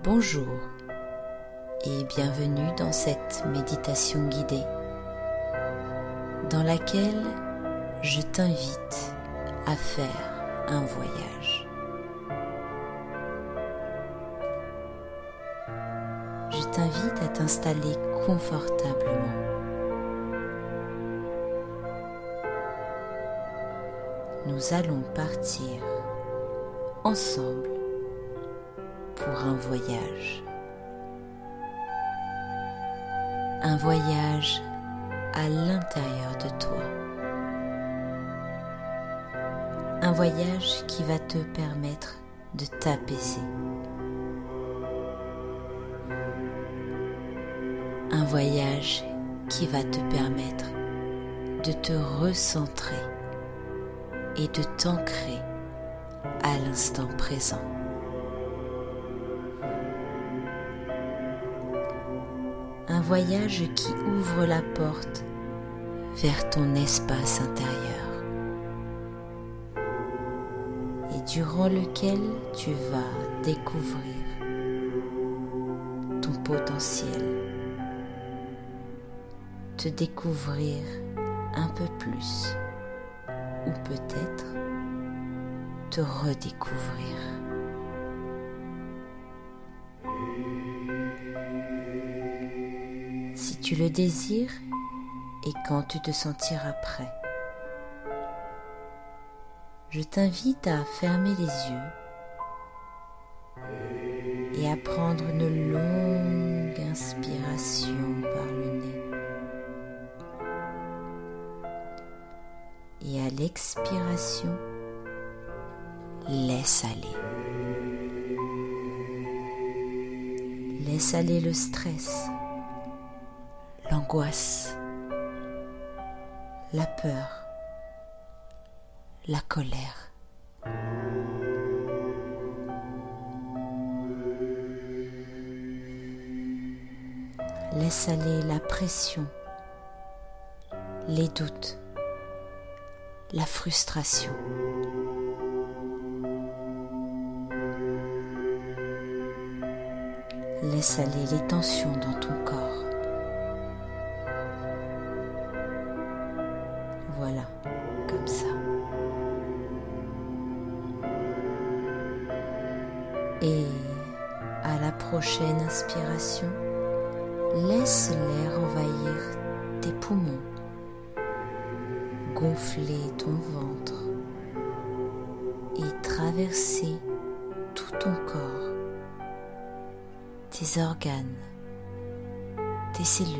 Bonjour et bienvenue dans cette méditation guidée dans laquelle je t'invite à faire un voyage. Je t'invite à t'installer confortablement. Nous allons partir ensemble pour un voyage. Un voyage à l'intérieur de toi. Un voyage qui va te permettre de t'apaiser. Un voyage qui va te permettre de te recentrer et de t'ancrer à l'instant présent. Un voyage qui ouvre la porte vers ton espace intérieur et durant lequel tu vas découvrir ton potentiel, te découvrir un peu plus ou peut-être te redécouvrir. Si tu le désires et quand tu te sentiras prêt, je t'invite à fermer les yeux et à prendre une longue inspiration par le nez. Et à l'expiration, laisse aller. Laisse aller le stress, l'angoisse, la peur, la colère. Laisse aller la pression, les doutes, la frustration. Laisse aller les tensions dans ton corps. Voilà, comme ça. Et à la prochaine inspiration, laisse l'air envahir tes poumons, gonfler ton ventre et traverser tout ton corps, tes organes, tes cellules.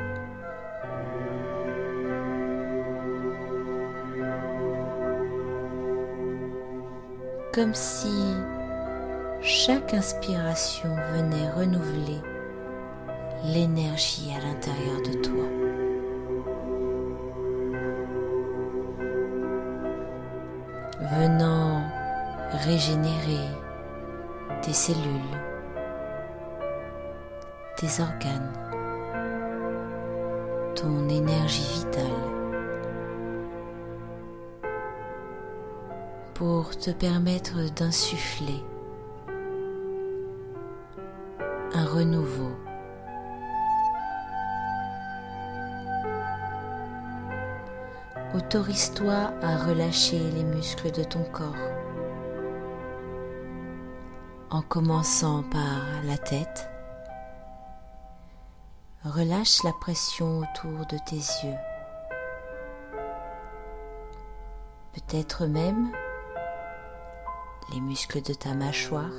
Comme si chaque inspiration venait renouveler l'énergie à l'intérieur de toi. Venant régénérer tes cellules, tes organes, ton énergie vitale, pour te permettre d'insuffler un renouveau. Autorise-toi à relâcher les muscles de ton corps, en commençant par la tête. Relâche la pression autour de tes yeux. Peut-être même les muscles de ta mâchoire.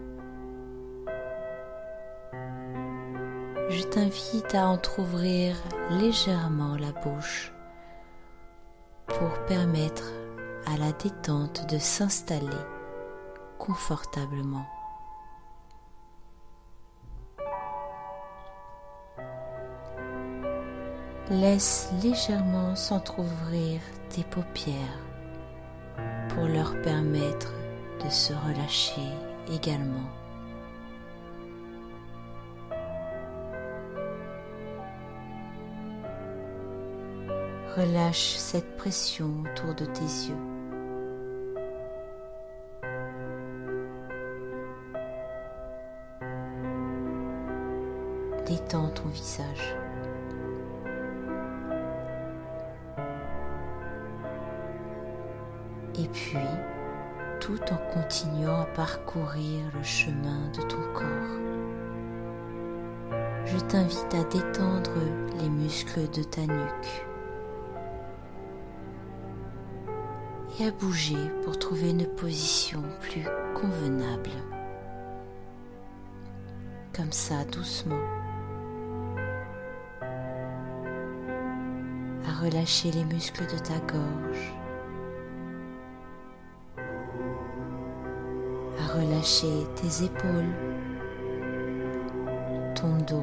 Je t'invite à entrouvrir légèrement la bouche pour permettre à la détente de s'installer confortablement. Laisse légèrement s'entrouvrir tes paupières pour leur permettre de se relâcher également. Relâche cette pression autour de tes yeux. détends ton visage. Et puis, tout en continuant à parcourir le chemin de ton corps, je t'invite à détendre les muscles de ta nuque et à bouger pour trouver une position plus convenable. Comme ça, doucement. À relâcher les muscles de ta gorge. À relâcher tes épaules, ton dos,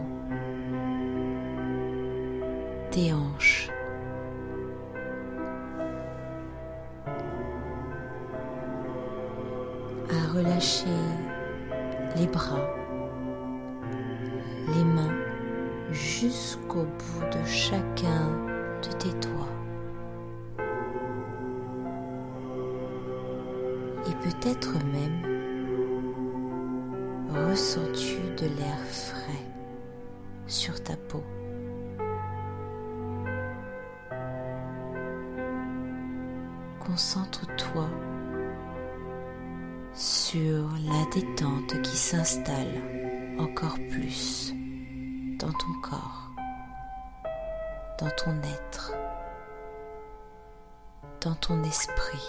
tes hanches. À relâcher les bras, les mains jusqu'au bout de chacun de tes doigts. Et peut-être même ressens-tu de l'air frais sur ta peau. Concentre-toi sur la détente qui s'installe encore plus dans ton corps, dans ton être, dans ton esprit.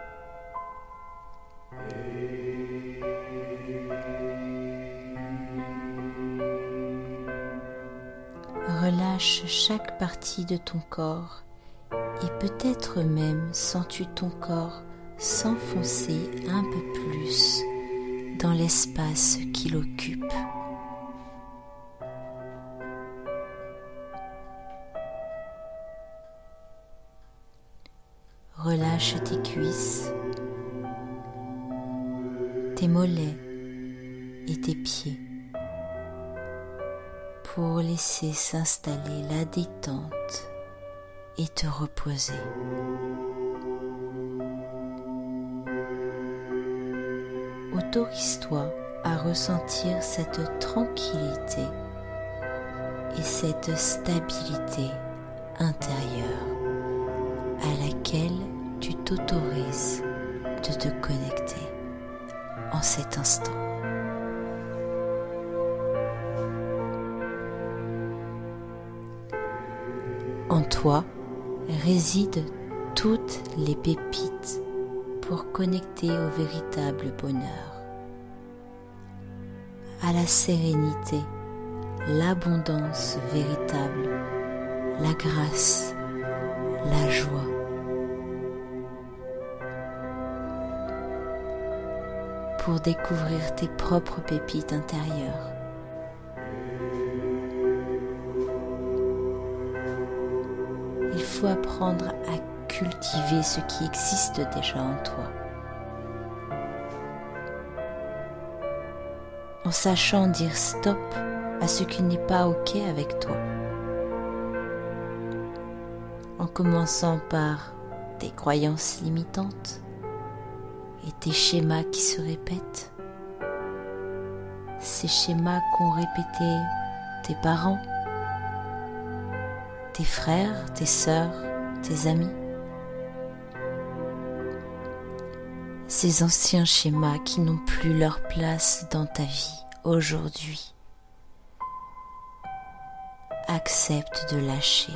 Relâche chaque partie de ton corps et peut-être même sens-tu ton corps s'enfoncer un peu plus dans l'espace qu'il occupe. Relâche tes cuisses, tes mollets et tes pieds pour laisser s'installer la détente et te reposer. Autorise-toi à ressentir cette tranquillité et cette stabilité intérieure à laquelle tu t'autorises de te connecter en cet instant. En toi résident toutes les pépites pour connecter au véritable bonheur, à la sérénité, l'abondance véritable, la grâce, la joie. Pour découvrir tes propres pépites intérieures. Il faut apprendre à cultiver ce qui existe déjà en toi. En sachant dire stop à ce qui n'est pas OK avec toi. En commençant par tes croyances limitantes et tes schémas qui se répètent. Ces schémas qu'ont répétés tes parents, tes frères, tes sœurs, tes amis. Ces anciens schémas qui n'ont plus leur place dans ta vie aujourd'hui. Accepte de lâcher.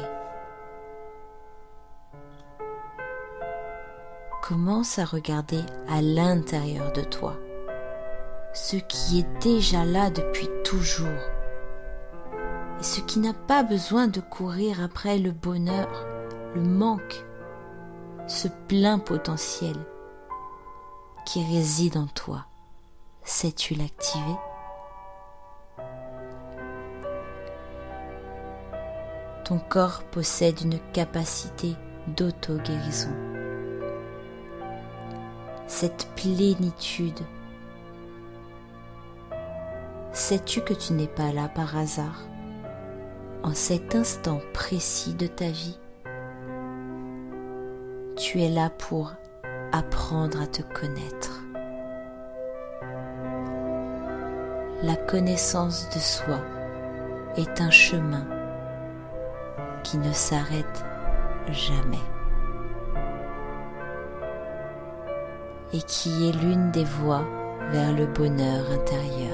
Commence à regarder à l'intérieur de toi, ce qui est déjà là depuis toujours, et ce qui n'a pas besoin de courir après le bonheur, le manque, ce plein potentiel qui réside en toi. Sais-tu l'activer ? Ton corps possède une capacité d'auto-guérison. Cette plénitude, sais-tu que tu n'es pas là par hasard, en cet instant précis de ta vie? Tu es là pour apprendre à te connaître. La connaissance de soi est un chemin qui ne s'arrête jamais et qui est l'une des voies vers le bonheur intérieur.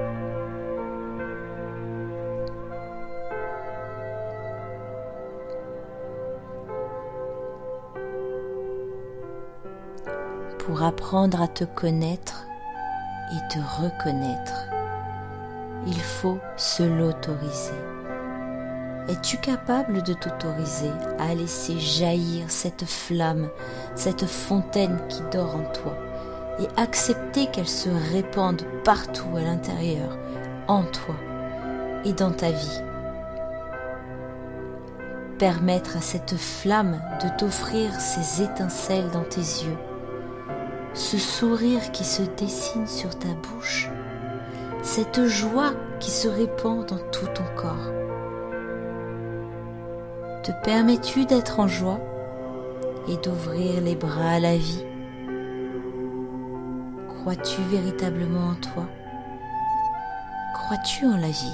Pour apprendre à te connaître et te reconnaître, il faut se l'autoriser. Es-tu capable de t'autoriser à laisser jaillir cette flamme, cette fontaine qui dort en toi, et accepter qu'elle se répande partout à l'intérieur, en toi et dans ta vie? Permettre à cette flamme de t'offrir ses étincelles dans tes yeux, ce sourire qui se dessine sur ta bouche, cette joie qui se répand dans tout ton corps. Te permets-tu d'être en joie et d'ouvrir les bras à la vie? Crois-tu véritablement en toi? Crois-tu en la vie?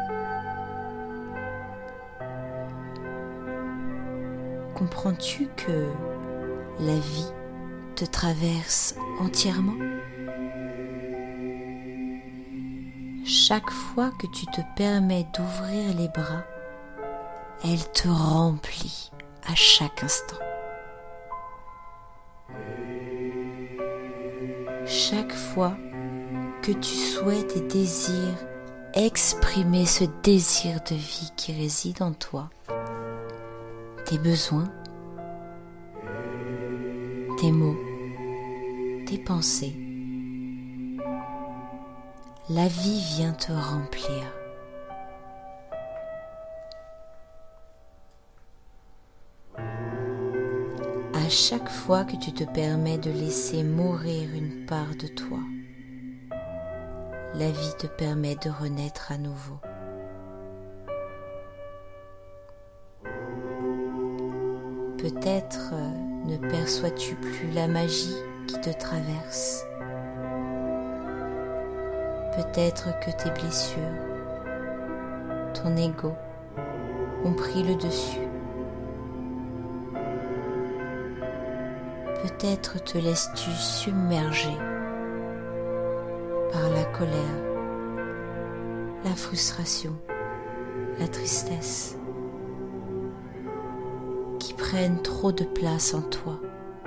Comprends-tu que la vie te traverse entièrement? Chaque fois que tu te permets d'ouvrir les bras, elle te remplit à chaque instant. Chaque fois que tu souhaites et désires exprimer ce désir de vie qui réside en toi, tes besoins, tes mots, tes pensées, la vie vient te remplir. À chaque fois que tu te permets de laisser mourir une part de toi, la vie te permet de renaître à nouveau. Peut-être ne perçois-tu plus la magie qui te traverse. Peut-être que tes blessures, ton ego ont pris le dessus. Peut-être te laisses-tu submerger par la colère, la frustration, la tristesse qui prennent trop de place en toi.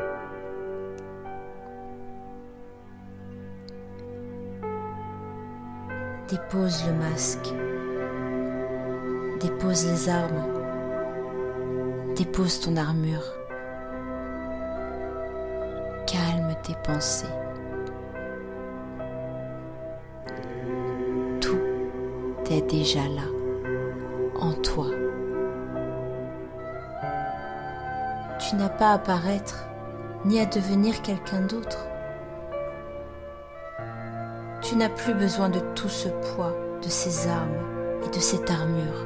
Dépose le masque, dépose les armes, dépose ton armure. Calme tes pensées. Tout est déjà là, en toi. Tu n'as pas à paraître, ni à devenir quelqu'un d'autre. Tu n'as plus besoin de tout ce poids, de ces armes et de cette armure.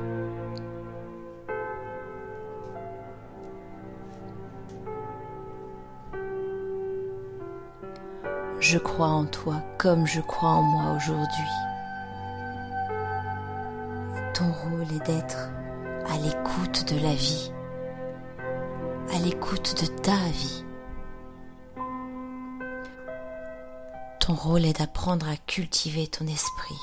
Je crois en toi comme je crois en moi aujourd'hui. Ton rôle est d'être à l'écoute de la vie, à l'écoute de ta vie. Ton rôle est d'apprendre à cultiver ton esprit.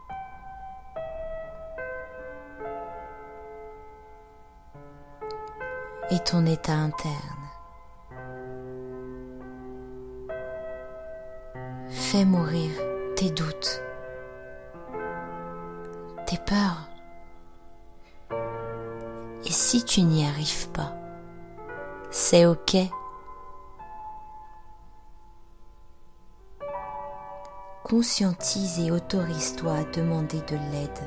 Et ton état interne. Fais mourir tes doutes, tes peurs. Et si tu n'y arrives pas, c'est ok. Conscientise et autorise-toi à demander de l'aide.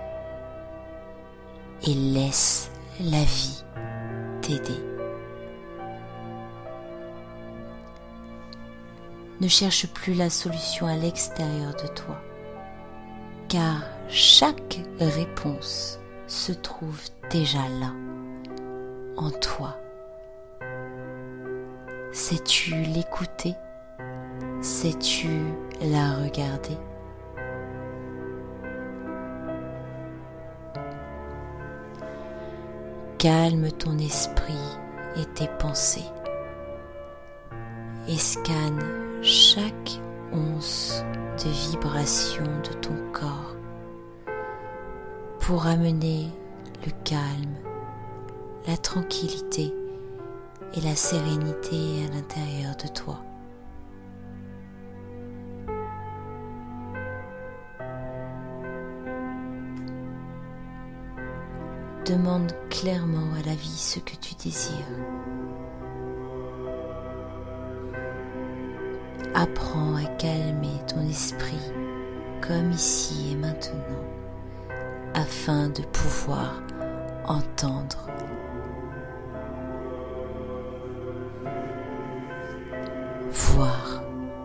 Et laisse la vie t'aider. Ne cherche plus la solution à l'extérieur de toi, car chaque réponse se trouve déjà là, en toi. Sais-tu l'écouter? Sais-tu la regarder? calme ton esprit et tes pensées et scanne chaque once de vibration de ton corps pour amener le calme, la tranquillité et la sérénité à l'intérieur de toi. Demande clairement à la vie ce que tu désires. Apprends à calmer ton esprit comme ici et maintenant afin de pouvoir entendre. Voir.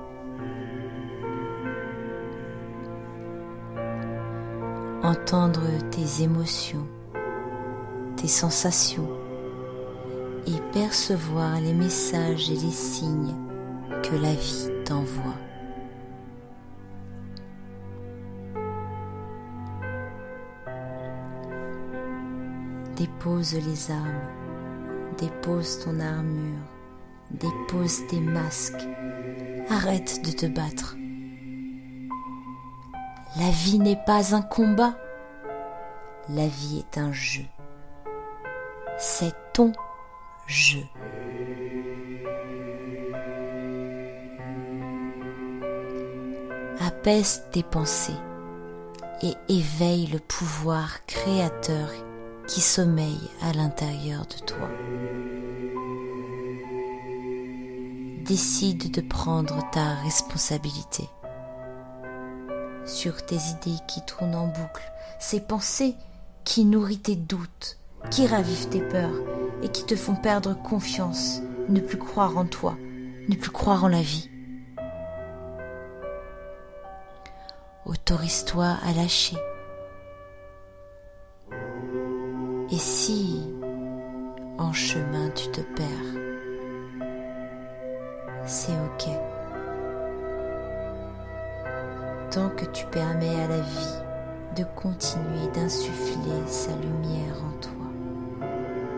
Entendre tes émotions, tes sensations et percevoir les messages et les signes que la vie t'envoie. Dépose les armes, dépose ton armure, dépose tes masques, arrête de te battre. La vie n'est pas un combat, la vie est un jeu. C'est ton jeu. Apaise tes pensées et éveille le pouvoir créateur qui sommeille à l'intérieur de toi. Décide de prendre ta responsabilité sur tes idées qui tournent en boucle, ces pensées qui nourrissent tes doutes, qui ravivent tes peurs et qui te font perdre confiance, ne plus croire en toi, ne plus croire en la vie. Autorise-toi à lâcher. Et si, en chemin, tu te perds, c'est ok. Tant que tu permets à la vie de continuer d'insuffler sa lumière en toi,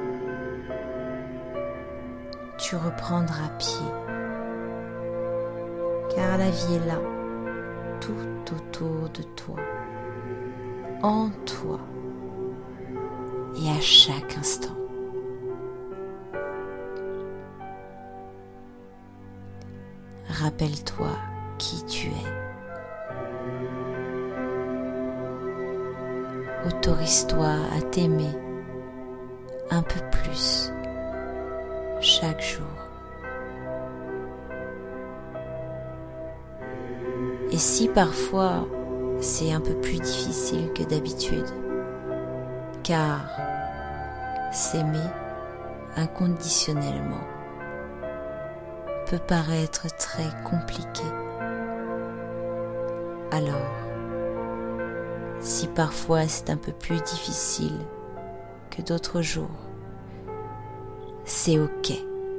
tu reprendras pied, car la vie est là, tout autour de toi, en toi et à chaque instant. Rappelle-toi qui tu es. Autorise-toi à t'aimer un peu plus chaque jour. Et si parfois c'est un peu plus difficile que d'habitude, car s'aimer inconditionnellement peut paraître très compliqué. Alors, si parfois c'est un peu plus difficile que d'autres jours, c'est ok.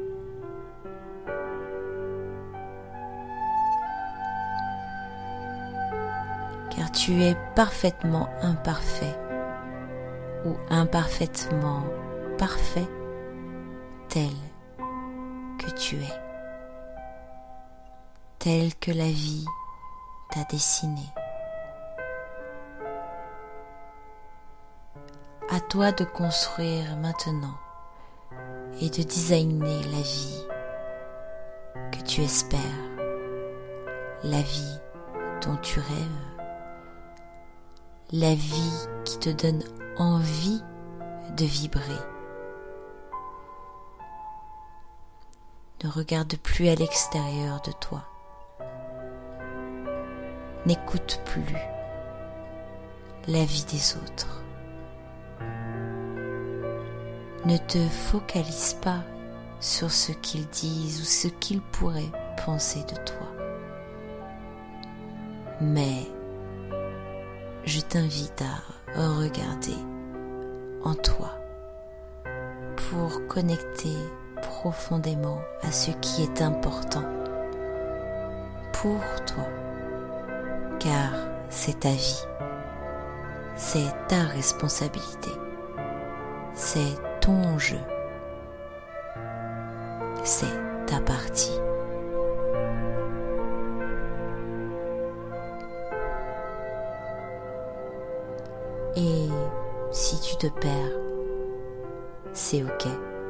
Car tu es parfaitement imparfait ou imparfaitement parfait tel que tu es, tel que la vie t'a dessiné. À toi de construire maintenant et de designer la vie que tu espères, la vie dont tu rêves, la vie qui te donne envie de vibrer. Ne regarde plus à l'extérieur de toi. N'écoute plus la vie des autres. Ne te focalise pas sur ce qu'ils disent ou ce qu'ils pourraient penser de toi. Mais je t'invite à regarder en toi pour connecter profondément à ce qui est important pour toi, car c'est ta vie, c'est ta responsabilité, c'est ton jeu. C'est ta partie. Et si tu te perds, c'est ok.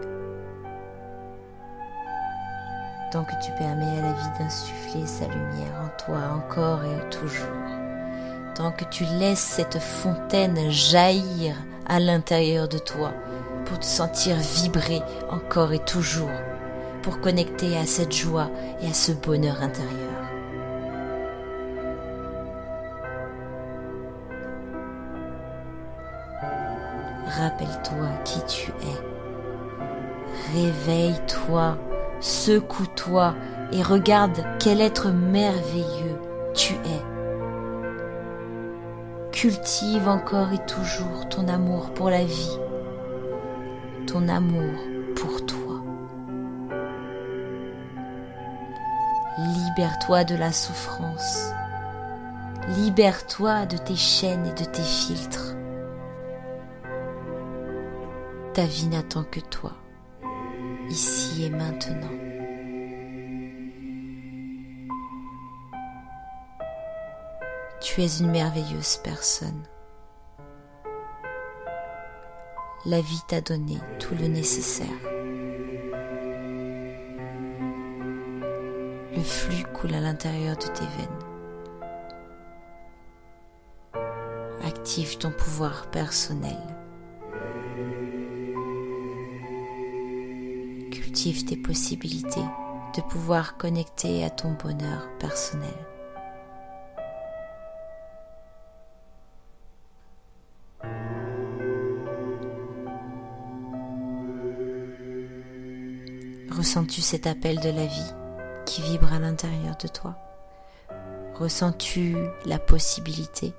Tant que tu permets à la vie d'insuffler sa lumière en toi encore et toujours. Tant que tu laisses cette fontaine jaillir à l'intérieur de toi pour te sentir vibrer encore et toujours, pour connecter à cette joie et à ce bonheur intérieur. Rappelle-toi qui tu es. Réveille-toi, secoue-toi et regarde quel être merveilleux tu es. Cultive encore et toujours ton amour pour la vie, ton amour pour toi. Libère-toi de la souffrance. Libère-toi de tes chaînes et de tes filtres. Ta vie n'attend que toi, ici et maintenant. Tu es une merveilleuse personne. La vie t'a donné tout le nécessaire. Le flux coule à l'intérieur de tes veines. Active ton pouvoir personnel. Cultive tes possibilités de pouvoir connecter à ton bonheur personnel. Ressens-tu cet appel de la vie qui vibre à l'intérieur de toi? Ressens-tu la possibilité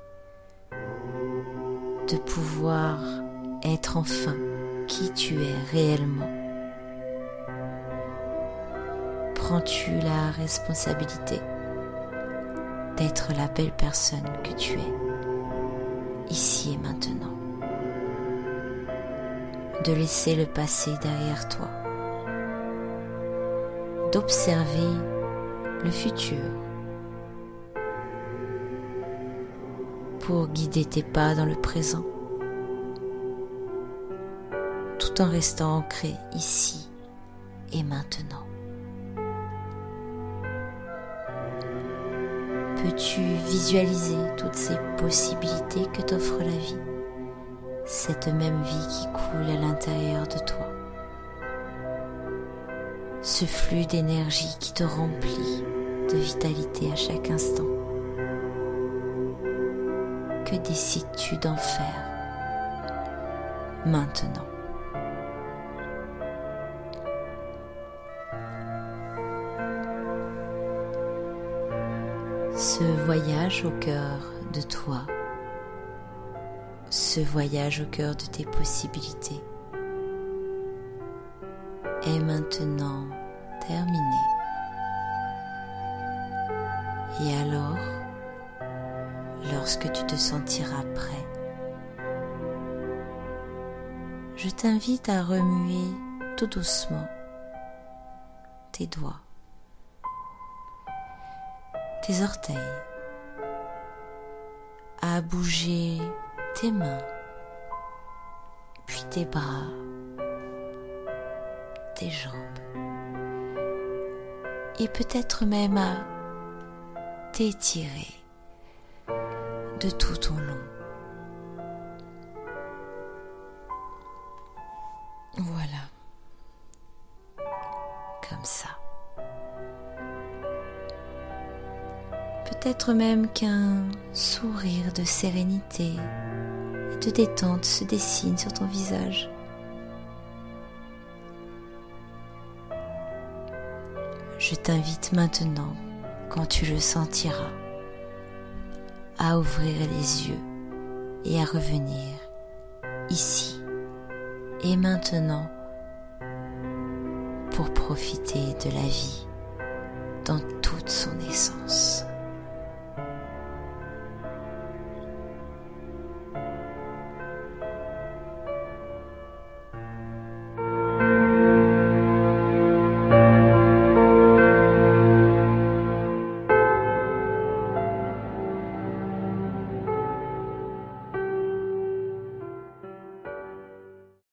de pouvoir être enfin qui tu es réellement? Prends-tu la responsabilité d'être la belle personne que tu es, ici et maintenant? De laisser le passé derrière toi, d'observer le futur pour guider tes pas dans le présent, tout en restant ancré ici et maintenant. Peux-tu visualiser toutes ces possibilités que t'offre la vie, cette même vie qui coule à l'intérieur de toi? Ce flux d'énergie qui te remplit de vitalité à chaque instant. Que décides-tu d'en faire maintenant? Ce voyage au cœur de toi, ce voyage au cœur de tes possibilités est maintenant terminé. Et alors, lorsque tu te sentiras prêt, je t'invite à remuer tout doucement tes doigts, tes orteils, à bouger tes mains, puis tes bras, tes jambes, et peut-être même à t'étirer de tout ton long. Voilà, comme ça. Peut-être même qu'un sourire de sérénité et de détente se dessine sur ton visage. Je t'invite maintenant, quand tu le sentiras, à ouvrir les yeux et à revenir ici et maintenant pour profiter de la vie dans toute son essence.